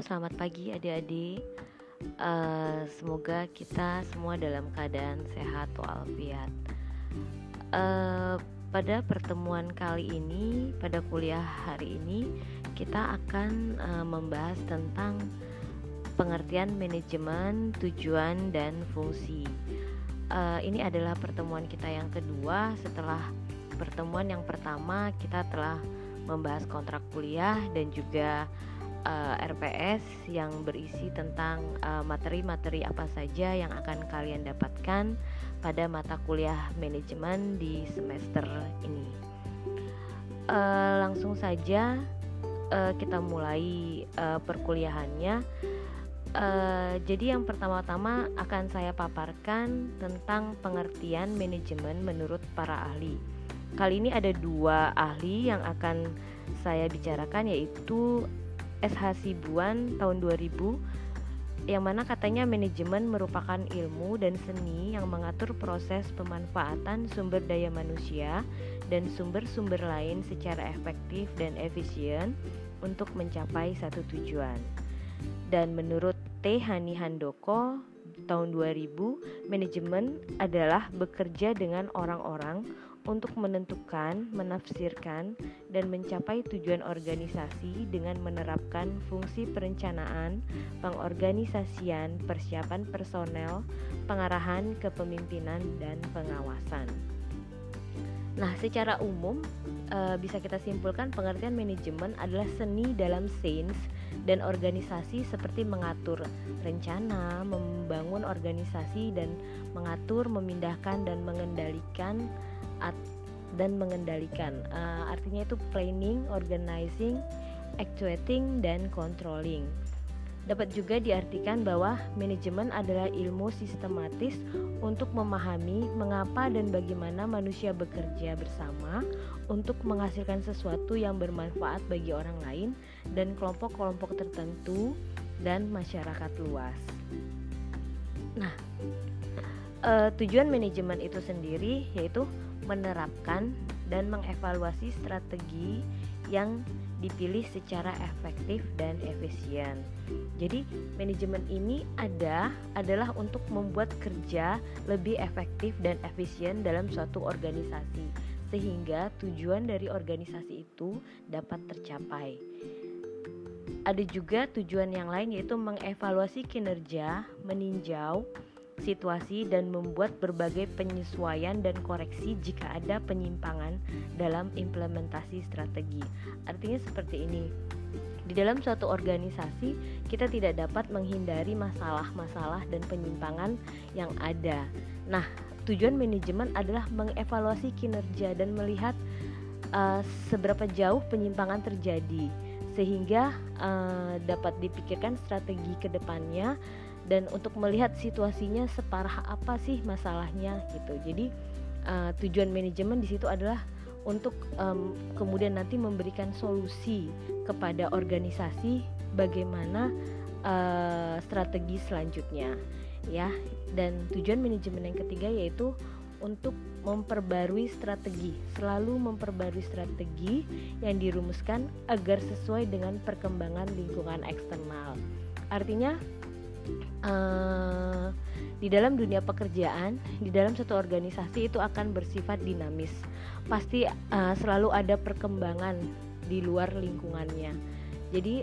selamat pagi adik-adik. Semoga kita semua dalam keadaan sehat walafiat. Pada pertemuan kali ini, pada kuliah hari ini, kita akan membahas tentang pengertian manajemen, tujuan, dan fungsi. Ini adalah pertemuan kita yang kedua. Setelah pertemuan yang pertama, kita telah membahas kontrak kuliah dan juga RPS yang berisi tentang materi-materi apa saja yang akan kalian dapatkan pada mata kuliah manajemen di semester ini. Langsung saja kita mulai perkuliahannya. Jadi yang pertama-tama akan saya paparkan tentang pengertian manajemen menurut para ahli. Kali ini ada dua ahli yang akan saya bicarakan, yaitu SH Sibuan tahun 2000, yang mana katanya manajemen merupakan ilmu dan seni yang mengatur proses pemanfaatan sumber daya manusia dan sumber-sumber lain secara efektif dan efisien untuk mencapai satu tujuan. Dan menurut T. Hani Handoko tahun 2000, manajemen adalah bekerja dengan orang-orang untuk menentukan, menafsirkan, dan mencapai tujuan organisasi dengan menerapkan fungsi perencanaan, pengorganisasian, persiapan personel, pengarahan kepemimpinan, dan pengawasan. Nah, secara umum bisa kita simpulkan pengertian manajemen adalah seni dalam sains dan organisasi, seperti mengatur rencana, membangun organisasi, dan mengatur, memindahkan, dan mengendalikan. Artinya itu planning, organizing, actuating, dan controlling. Dapat juga diartikan bahwa manajemen adalah ilmu sistematis untuk memahami mengapa dan bagaimana manusia bekerja bersama untuk menghasilkan sesuatu yang bermanfaat bagi orang lain dan kelompok-kelompok tertentu dan masyarakat luas. Nah, tujuan manajemen itu sendiri yaitu menerapkan dan mengevaluasi strategi yang dipilih secara efektif dan efisien. Jadi manajemen ini adalah untuk membuat kerja lebih efektif dan efisien dalam suatu organisasi, sehingga tujuan dari organisasi itu dapat tercapai. Ada juga tujuan yang lain, yaitu mengevaluasi kinerja, meninjau situasi, dan membuat berbagai penyesuaian dan koreksi jika ada penyimpangan dalam implementasi strategi. Artinya seperti ini. Di dalam suatu organisasi, kita tidak dapat menghindari masalah-masalah dan penyimpangan yang ada. Nah, tujuan manajemen adalah mengevaluasi kinerja dan melihat seberapa jauh penyimpangan terjadi, sehingga dapat dipikirkan strategi ke depannya dan untuk melihat situasinya separah apa sih masalahnya gitu. Jadi tujuan manajemen di situ adalah untuk kemudian nanti memberikan solusi kepada organisasi bagaimana strategi selanjutnya, ya. Dan tujuan manajemen yang ketiga yaitu untuk memperbarui strategi, selalu memperbarui strategi yang dirumuskan agar sesuai dengan perkembangan lingkungan eksternal. Artinya di dalam dunia pekerjaan, di dalam satu organisasi itu akan bersifat dinamis. Pasti selalu ada perkembangan di luar lingkungannya. Jadi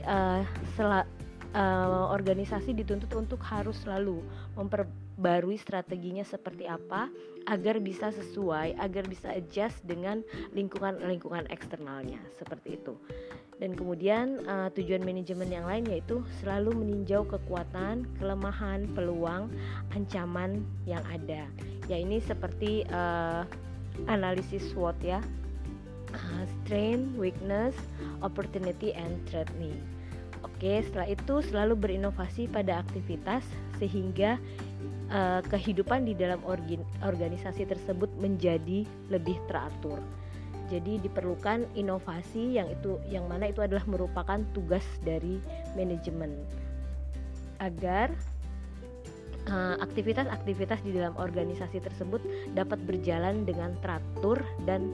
organisasi dituntut untuk harus selalu memperbarui strateginya seperti apa agar bisa sesuai, agar bisa adjust dengan lingkungan eksternalnya, seperti itu. Dan kemudian tujuan manajemen yang lain yaitu selalu meninjau kekuatan, kelemahan, peluang, ancaman yang ada. Ya, ini seperti analisis SWOT ya. Strength, weakness, opportunity, and threat nih. Oke, setelah itu selalu berinovasi pada aktivitas sehingga kehidupan di dalam organisasi tersebut menjadi lebih teratur. Jadi diperlukan inovasi yang mana itu adalah merupakan tugas dari manajemen agar aktivitas-aktivitas di dalam organisasi tersebut dapat berjalan dengan teratur dan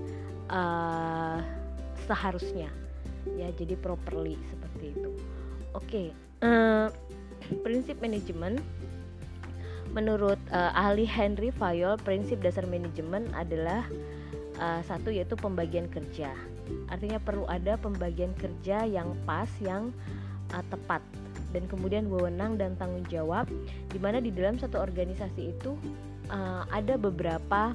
seharusnya, ya, jadi properly seperti itu. Oke, Prinsip manajemen menurut ahli Henry Fayol, prinsip dasar manajemen adalah satu, yaitu pembagian kerja. Artinya perlu ada pembagian kerja yang pas, yang tepat, dan kemudian wewenang dan tanggung jawab, di mana di dalam satu organisasi itu ada beberapa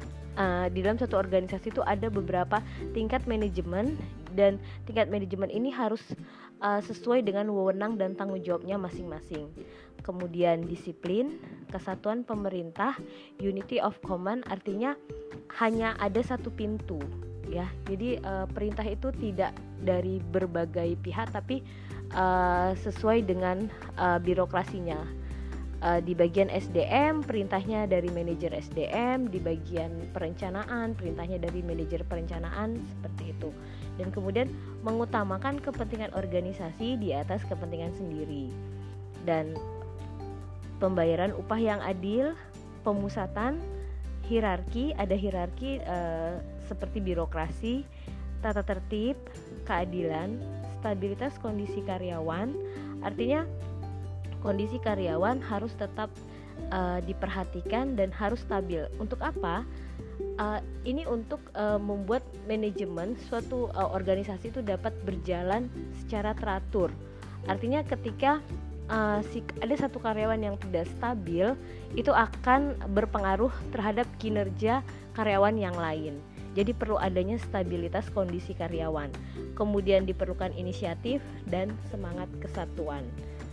tingkat manajemen, dan tingkat manajemen ini harus sesuai dengan wewenang dan tanggung jawabnya masing-masing. Kemudian disiplin, kesatuan pemerintah, unity of command, artinya hanya ada satu pintu, ya. Jadi perintah itu tidak dari berbagai pihak, tapi sesuai dengan birokrasinya. Di bagian SDM, perintahnya dari manajer SDM, di bagian perencanaan, perintahnya dari manajer perencanaan, seperti itu. Dan kemudian mengutamakan kepentingan organisasi di atas kepentingan sendiri. Dan pembayaran upah yang adil, pemusatan, hierarki, ada hierarki seperti birokrasi, tata tertib, keadilan, stabilitas kondisi karyawan. Artinya kondisi karyawan harus tetap diperhatikan dan harus stabil. Untuk apa? Ini untuk membuat manajemen suatu organisasi itu dapat berjalan secara teratur. Artinya ketika ada satu karyawan yang tidak stabil, itu akan berpengaruh terhadap kinerja karyawan yang lain. Jadi perlu adanya stabilitas kondisi karyawan. Kemudian diperlukan inisiatif dan semangat kesatuan.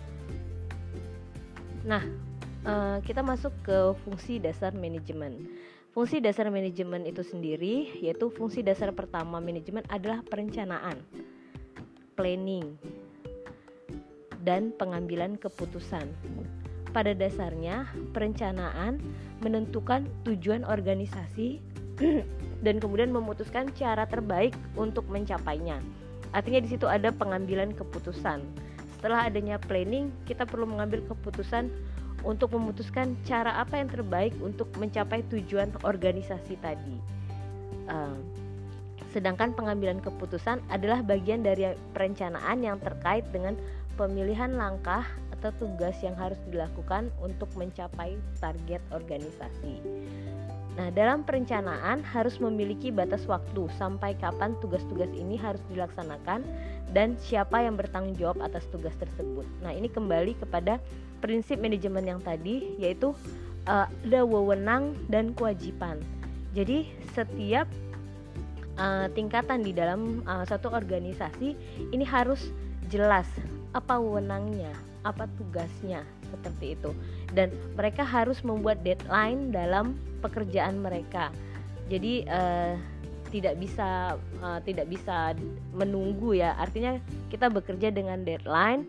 Nah, kita masuk ke fungsi dasar manajemen. Fungsi dasar manajemen itu sendiri, yaitu fungsi dasar pertama manajemen adalah perencanaan, planning, dan pengambilan keputusan. Pada dasarnya, perencanaan menentukan tujuan organisasi dan kemudian memutuskan cara terbaik untuk mencapainya. Artinya di situ ada pengambilan keputusan. Setelah adanya planning, kita perlu mengambil keputusan untuk memutuskan cara apa yang terbaik untuk mencapai tujuan organisasi tadi. Sedangkan pengambilan keputusan adalah bagian dari perencanaan yang terkait dengan pemilihan langkah atau tugas yang harus dilakukan untuk mencapai target organisasi. Nah, dalam perencanaan harus memiliki batas waktu sampai kapan tugas-tugas ini harus dilaksanakan dan siapa yang bertanggung jawab atas tugas tersebut. Nah, ini kembali kepada prinsip manajemen yang tadi, yaitu ada wewenang dan kewajiban. Jadi setiap tingkatan di dalam suatu organisasi ini harus jelas apa wewenangnya, apa tugasnya, seperti itu. Dan mereka harus membuat deadline dalam pekerjaan mereka. Jadi tidak bisa menunggu, ya. Artinya kita bekerja dengan deadline.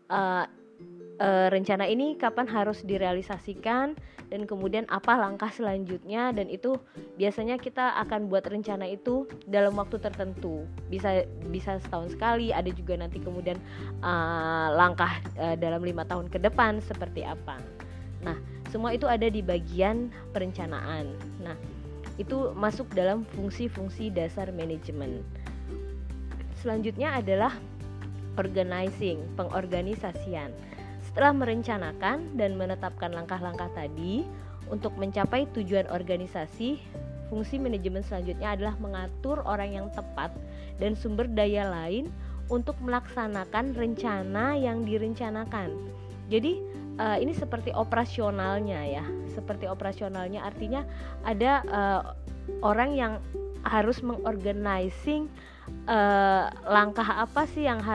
Rencana ini kapan harus direalisasikan dan kemudian apa langkah selanjutnya, dan itu biasanya kita akan buat rencana itu dalam waktu tertentu, bisa setahun sekali, ada juga nanti kemudian langkah dalam 5 tahun ke depan seperti apa. Nah, semua itu ada di bagian perencanaan. Nah, itu masuk dalam fungsi-fungsi dasar manajemen. Selanjutnya adalah organizing, pengorganisasian. Setelah merencanakan dan menetapkan langkah-langkah tadi untuk mencapai tujuan organisasi, fungsi manajemen selanjutnya adalah mengatur orang yang tepat dan sumber daya lain untuk melaksanakan rencana yang direncanakan. Jadi ini seperti operasionalnya, ya. Seperti operasionalnya, artinya ada orang yang harus mengorganizing langkah apa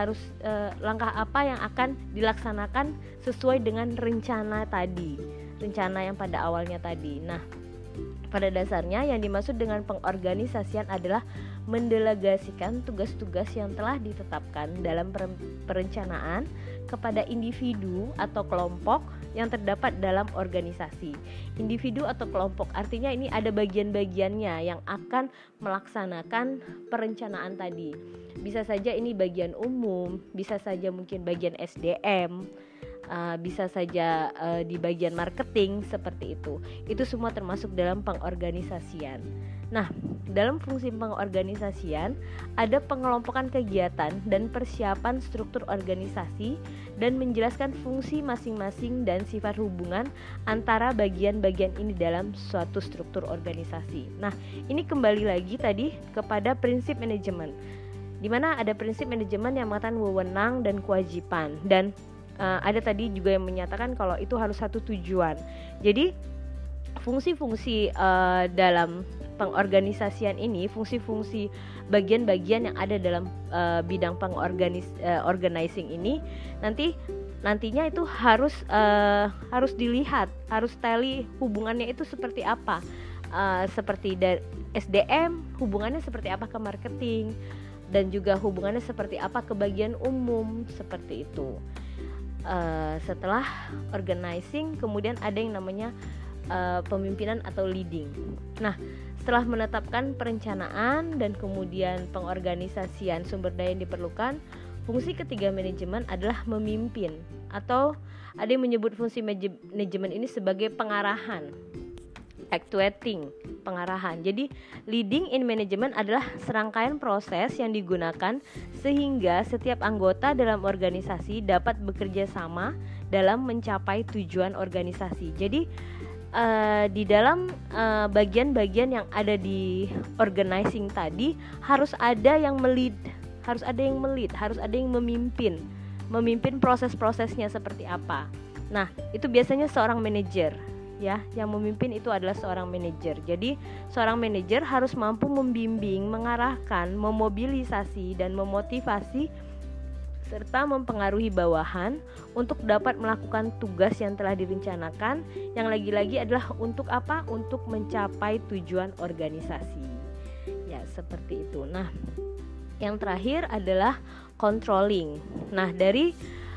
yang akan dilaksanakan sesuai dengan rencana yang pada awalnya tadi. Nah, pada dasarnya yang dimaksud dengan pengorganisasian adalah mendelegasikan tugas-tugas yang telah ditetapkan dalam perencanaan kepada individu atau kelompok yang terdapat dalam organisasi. Individu atau kelompok artinya ini ada bagian-bagiannya yang akan melaksanakan perencanaan tadi. Bisa saja ini bagian umum, bisa saja mungkin bagian SDM, bisa saja di bagian marketing seperti itu. Itu semua termasuk dalam pengorganisasian. Nah, dalam fungsi pengorganisasian ada pengelompokan kegiatan dan persiapan struktur organisasi dan menjelaskan fungsi masing-masing dan sifat hubungan antara bagian-bagian ini dalam suatu struktur organisasi. Nah, ini kembali lagi tadi kepada prinsip manajemen, di mana ada prinsip manajemen yang mengatakan wewenang dan kewajiban, dan ada tadi juga yang menyatakan kalau itu harus satu tujuan. Jadi fungsi-fungsi dalam pengorganisasian ini, fungsi-fungsi bagian-bagian yang ada dalam bidang organizing ini nantinya itu harus dilihat, harus tally hubungannya itu seperti apa, seperti dari SDM hubungannya seperti apa ke marketing, dan juga hubungannya seperti apa ke bagian umum, seperti itu. Setelah organizing, kemudian ada yang namanya pemimpinan atau leading. Nah, setelah menetapkan perencanaan dan kemudian pengorganisasian sumber daya yang diperlukan, fungsi ketiga manajemen adalah memimpin, atau ada yang menyebut fungsi manajemen ini sebagai pengarahan, actuating, pengarahan. Jadi leading in management adalah serangkaian proses yang digunakan sehingga setiap anggota dalam organisasi dapat bekerja sama dalam mencapai tujuan organisasi. Jadi di dalam bagian-bagian yang ada di organizing tadi harus ada yang melead, harus ada yang memimpin proses-prosesnya seperti apa. Nah, itu biasanya seorang manajer, ya, yang memimpin itu adalah seorang manajer. Jadi seorang manajer harus mampu membimbing, mengarahkan, memobilisasi dan memotivasi serta mempengaruhi bawahan untuk dapat melakukan tugas yang telah direncanakan, yang lagi-lagi adalah untuk apa? Untuk mencapai tujuan organisasi. Ya, seperti itu. Nah, yang terakhir adalah controlling. Nah, dari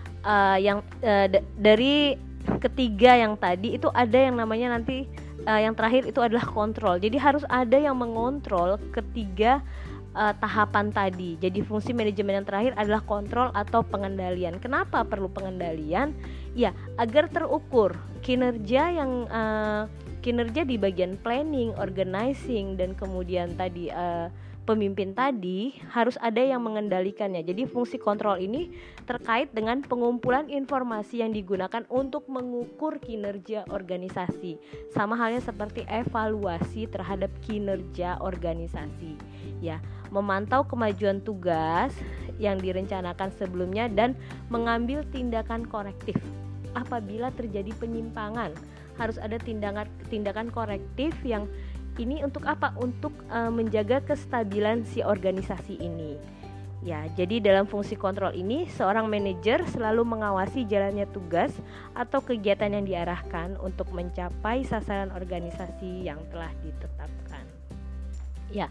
dari ketiga yang tadi itu ada yang namanya nanti yang terakhir itu adalah kontrol. Jadi harus ada yang mengontrol ketiga tahapan tadi. Jadi fungsi manajemen yang terakhir adalah kontrol atau pengendalian. Kenapa perlu pengendalian? Ya, agar terukur kinerja di bagian planning, organizing, dan kemudian tadi pemimpin tadi harus ada yang mengendalikannya. Jadi fungsi kontrol ini terkait dengan pengumpulan informasi yang digunakan untuk mengukur kinerja organisasi. Sama halnya seperti evaluasi terhadap kinerja organisasi. Ya, memantau kemajuan tugas yang direncanakan sebelumnya dan mengambil tindakan korektif apabila terjadi penyimpangan. Harus ada tindakan korektif yang ini untuk apa? Untuk menjaga kestabilan si organisasi ini. Ya, jadi dalam fungsi kontrol ini seorang manajer selalu mengawasi jalannya tugas atau kegiatan yang diarahkan untuk mencapai sasaran organisasi yang telah ditetapkan. Ya,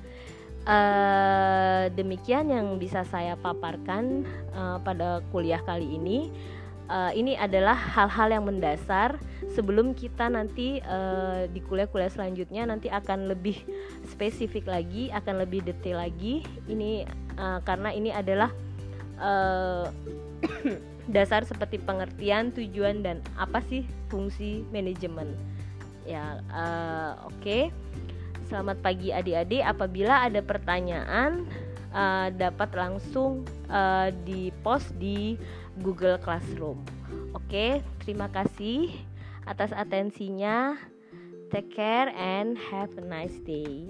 demikian yang bisa saya paparkan pada kuliah kali ini. Ini adalah hal-hal yang mendasar. Sebelum kita nanti di kuliah-kuliah selanjutnya nanti akan lebih spesifik lagi, akan lebih detail lagi. Ini karena ini adalah dasar seperti pengertian, tujuan, dan apa sih fungsi manajemen. Ya, oke. Selamat pagi adik-adik. Apabila ada pertanyaan dapat langsung di-post di Google Classroom. Oke, terima kasih atas atensinya. Take care and have a nice day.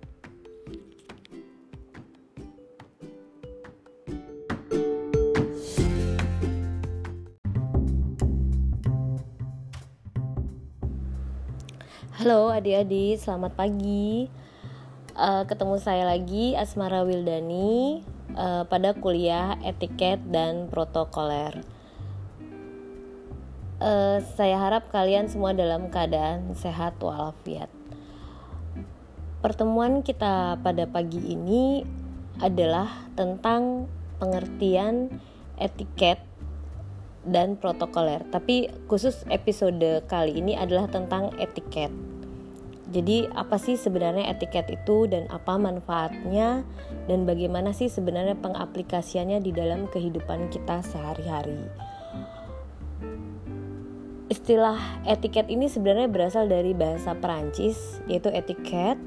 Halo adik-adik, selamat pagi. Ketemu saya lagi, Asmara Wildani, pada kuliah etiket dan protokoler. Saya harap kalian semua dalam keadaan sehat walafiat. Pertemuan kita pada pagi ini adalah tentang pengertian etiket dan protokoler. Tapi khusus episode kali ini adalah tentang etiket. Jadi apa sih sebenarnya etiket itu dan apa manfaatnya dan bagaimana sih sebenarnya pengaplikasiannya di dalam kehidupan kita sehari-hari. Istilah etiket ini sebenarnya berasal dari bahasa Perancis, yaitu etiquette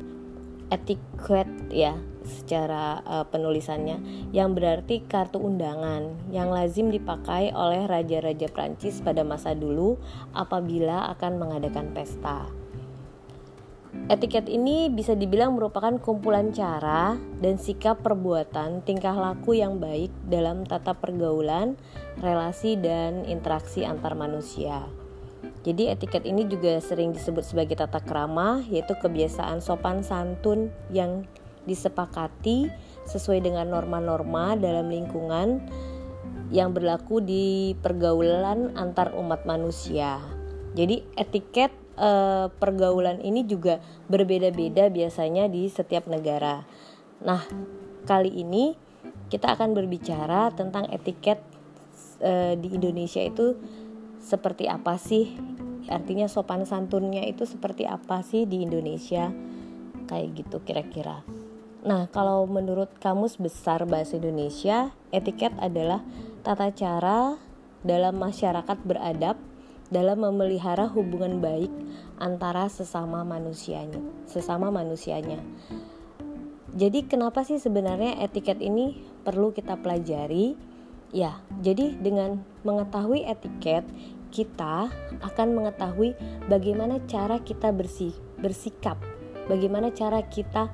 ya secara penulisannya, yang berarti kartu undangan yang lazim dipakai oleh raja-raja Prancis pada masa dulu apabila akan mengadakan pesta. Etiket ini bisa dibilang merupakan kumpulan cara dan sikap perbuatan tingkah laku yang baik dalam tata pergaulan, relasi, dan interaksi antar manusia. Jadi etiket ini juga sering disebut sebagai tata krama, yaitu kebiasaan sopan santun yang disepakati sesuai dengan norma-norma dalam lingkungan yang berlaku di pergaulan antar umat manusia. Jadi etiket pergaulan ini juga berbeda-beda biasanya di setiap negara. Nah, kali ini kita akan berbicara tentang etiket di Indonesia itu seperti apa sih? Artinya sopan santunnya itu seperti apa sih di Indonesia? Kayak gitu kira-kira. Nah, kalau menurut Kamus Besar Bahasa Indonesia, etiket adalah tata cara dalam masyarakat beradab dalam memelihara hubungan baik antara sesama manusianya. Jadi kenapa sih sebenarnya etiket ini perlu kita pelajari? Ya, jadi dengan mengetahui etiket, kita akan mengetahui bagaimana cara kita bersikap, bagaimana cara kita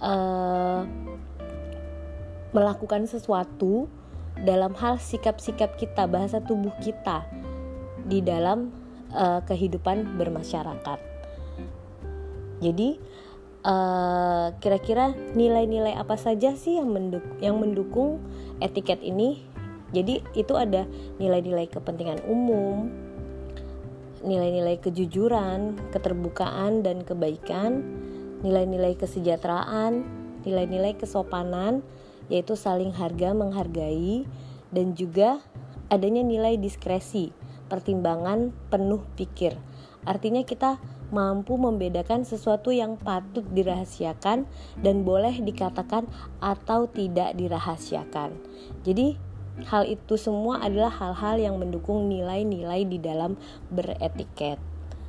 melakukan sesuatu dalam hal sikap-sikap kita, bahasa tubuh kita di dalam kehidupan bermasyarakat. Jadi kira-kira nilai-nilai apa saja sih yang mendukung etiket ini? Jadi itu ada nilai-nilai kepentingan umum, nilai-nilai kejujuran, keterbukaan dan kebaikan, nilai-nilai kesejahteraan, nilai-nilai kesopanan, yaitu saling menghargai, dan juga adanya nilai diskresi, pertimbangan penuh pikir. Artinya kita mampu membedakan sesuatu yang patut dirahasiakan dan boleh dikatakan atau tidak dirahasiakan. Jadi hal itu semua adalah hal-hal yang mendukung nilai-nilai di dalam beretiket.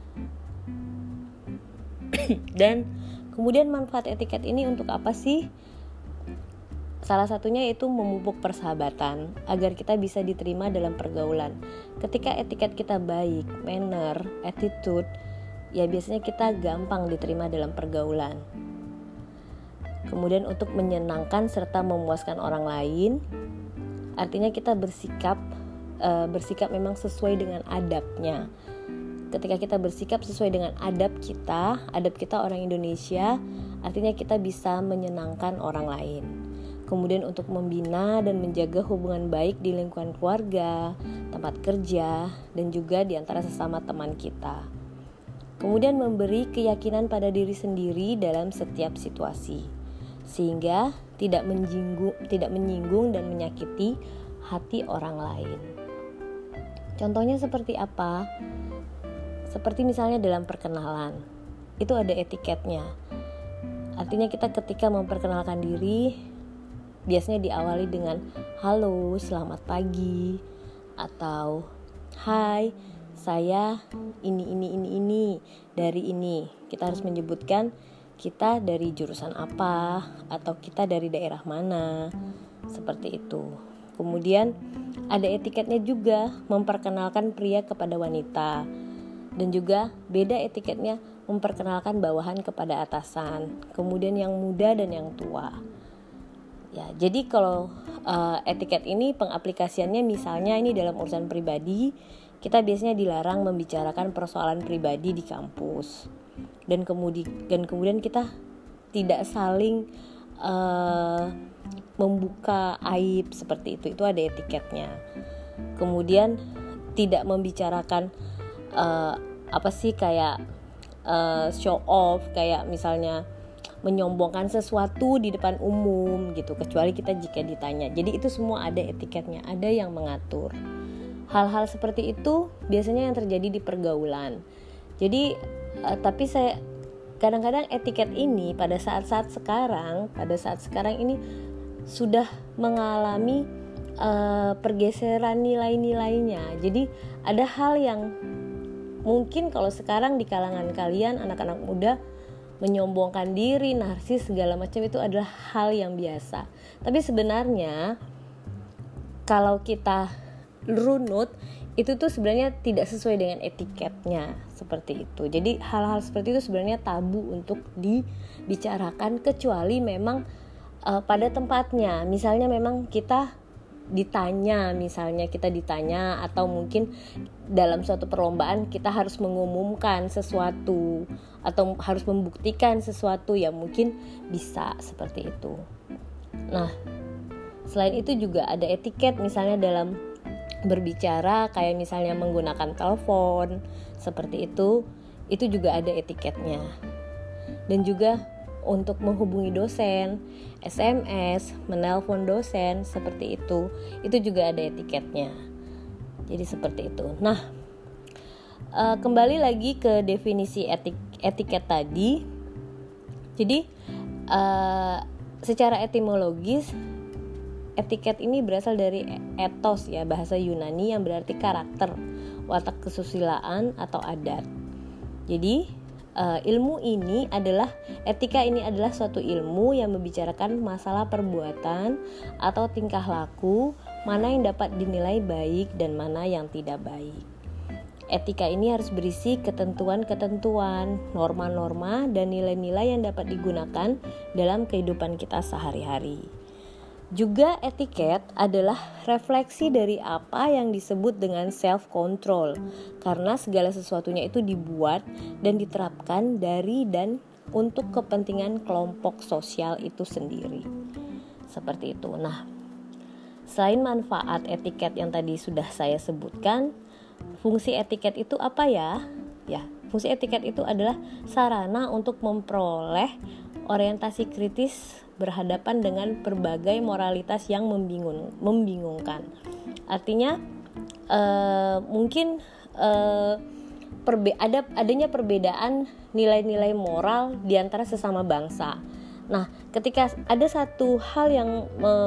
Dan kemudian manfaat etiket ini untuk apa sih? Salah satunya yaitu memupuk persahabatan agar kita bisa diterima dalam pergaulan. Ketika etiket kita baik, manner, attitude, ya biasanya kita gampang diterima dalam pergaulan. Kemudian untuk menyenangkan serta memuaskan orang lain, artinya kita bersikap memang sesuai dengan adabnya. Ketika kita bersikap sesuai dengan adab kita orang Indonesia, artinya kita bisa menyenangkan orang lain. Kemudian untuk membina dan menjaga hubungan baik di lingkungan keluarga, tempat kerja, dan juga di antara sesama teman kita. Kemudian memberi keyakinan pada diri sendiri dalam setiap situasi, sehingga tidak menyinggung dan menyakiti hati orang lain. Contohnya seperti apa? Seperti misalnya dalam perkenalan, itu ada etiketnya. Artinya kita ketika memperkenalkan diri, biasanya diawali dengan halo, selamat pagi, atau hai, saya ini dari ini. Kita harus menyebutkan kita dari jurusan apa atau kita dari daerah mana, seperti itu. Kemudian ada etiketnya juga, memperkenalkan pria kepada wanita, dan juga beda etiketnya memperkenalkan bawahan kepada atasan, kemudian yang muda dan yang tua. Ya, jadi kalau etiket ini pengaplikasiannya misalnya ini dalam urusan pribadi, kita biasanya dilarang membicarakan persoalan pribadi di kampus. Dan kemudian kita tidak saling membuka aib seperti itu ada etiketnya. Kemudian tidak membicarakan show off, kayak misalnya menyombongkan sesuatu di depan umum gitu, kecuali kita jika ditanya. Jadi itu semua ada etiketnya, ada yang mengatur. Hal-hal seperti itu biasanya yang terjadi di pergaulan. Jadi tapi saya kadang-kadang etiket ini pada saat sekarang ini sudah mengalami pergeseran nilai-nilainya. Jadi ada hal yang mungkin kalau sekarang di kalangan kalian anak-anak muda menyombongkan diri, narsis segala macam itu adalah hal yang biasa. Tapi sebenarnya kalau kita runut itu tuh sebenarnya tidak sesuai dengan etiketnya seperti itu. Jadi hal-hal seperti itu sebenarnya tabu untuk dibicarakan kecuali memang pada tempatnya. Misalnya memang kita ditanya atau mungkin dalam suatu perlombaan kita harus mengumumkan sesuatu atau harus membuktikan sesuatu yang mungkin bisa seperti itu. Nah, selain itu juga ada etiket misalnya dalam berbicara, kayak misalnya menggunakan telepon seperti itu juga ada etiketnya. Dan juga untuk menghubungi dosen, SMS, menelpon dosen seperti itu juga ada etiketnya. Jadi seperti itu. Nah, kembali lagi ke definisi etiket tadi. Jadi secara etimologis etiket ini berasal dari ethos ya, bahasa Yunani yang berarti karakter, watak kesusilaan atau adat. Jadi etika ini adalah suatu ilmu yang membicarakan masalah perbuatan atau tingkah laku, mana yang dapat dinilai baik dan mana yang tidak baik. Etika ini harus berisi ketentuan-ketentuan, norma-norma, dan nilai-nilai yang dapat digunakan dalam kehidupan kita sehari-hari. Juga etiket adalah refleksi dari apa yang disebut dengan self-control, karena segala sesuatunya itu dibuat dan diterapkan dari dan untuk kepentingan kelompok sosial itu sendiri. Seperti itu. Nah, selain manfaat etiket yang tadi sudah saya sebutkan, fungsi etiket itu apa ya? Ya, fungsi etiket itu adalah sarana untuk memperoleh orientasi kritis berhadapan dengan berbagai moralitas yang membingungkan. Artinya mungkin adanya perbedaan nilai-nilai moral di antara sesama bangsa. Nah, ketika ada satu hal yang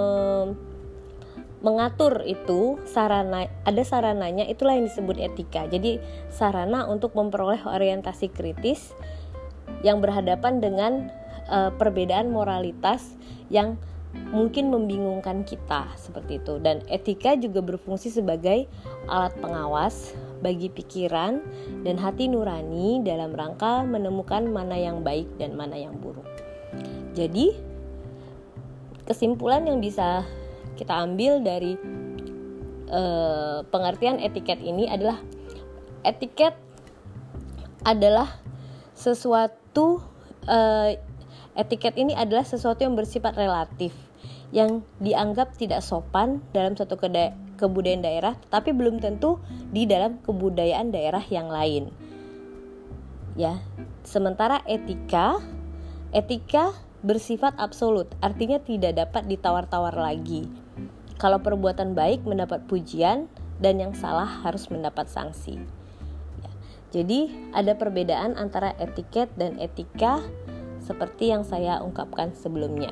mengatur itu, ada sarananya, itulah yang disebut etika. Jadi sarana untuk memperoleh orientasi kritis yang berhadapan dengan perbedaan moralitas yang mungkin membingungkan kita seperti itu. Dan etika juga berfungsi sebagai alat pengawas bagi pikiran dan hati nurani dalam rangka menemukan mana yang baik dan mana yang buruk. Jadi kesimpulan yang bisa kita ambil dari pengertian etiket ini adalah etiket adalah sesuatu etiket ini adalah sesuatu yang bersifat relatif, yang dianggap tidak sopan dalam suatu kebudayaan daerah, tapi belum tentu di dalam kebudayaan daerah yang lain. Ya, sementara etika bersifat absolut, artinya tidak dapat ditawar-tawar lagi. Kalau perbuatan baik mendapat pujian dan yang salah harus mendapat sanksi. Ya, jadi ada perbedaan antara etiket dan etika seperti yang saya ungkapkan sebelumnya.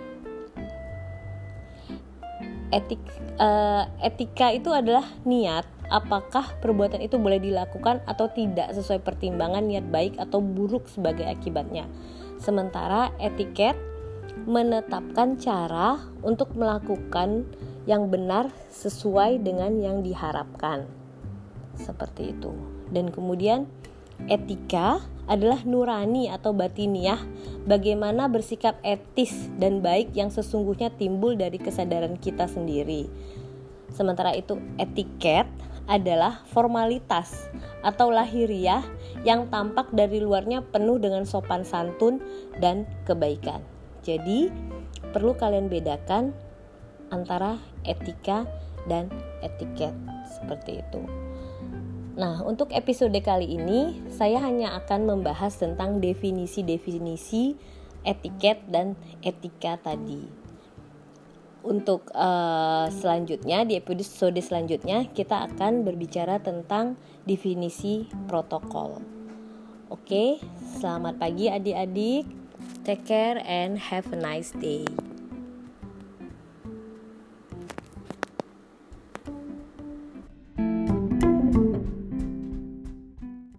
Etika itu adalah niat, apakah perbuatan itu boleh dilakukan atau tidak sesuai pertimbangan niat baik atau buruk sebagai akibatnya. Sementara etiket menetapkan cara untuk melakukan yang benar sesuai dengan yang diharapkan. Seperti itu. Dan kemudian etika adalah nurani atau batiniah, bagaimana bersikap etis dan baik yang sesungguhnya timbul dari kesadaran kita sendiri. Sementara itu etiket adalah formalitas atau lahiriah yang tampak dari luarnya penuh dengan sopan santun dan kebaikan. Jadi perlu kalian bedakan antara etika dan etiket seperti itu. Nah, untuk episode kali ini saya hanya akan membahas tentang definisi-definisi etiket dan etika tadi. Untuk selanjutnya, di episode selanjutnya kita akan berbicara tentang definisi protokol. Oke, selamat pagi adik-adik. Take care and have a nice day.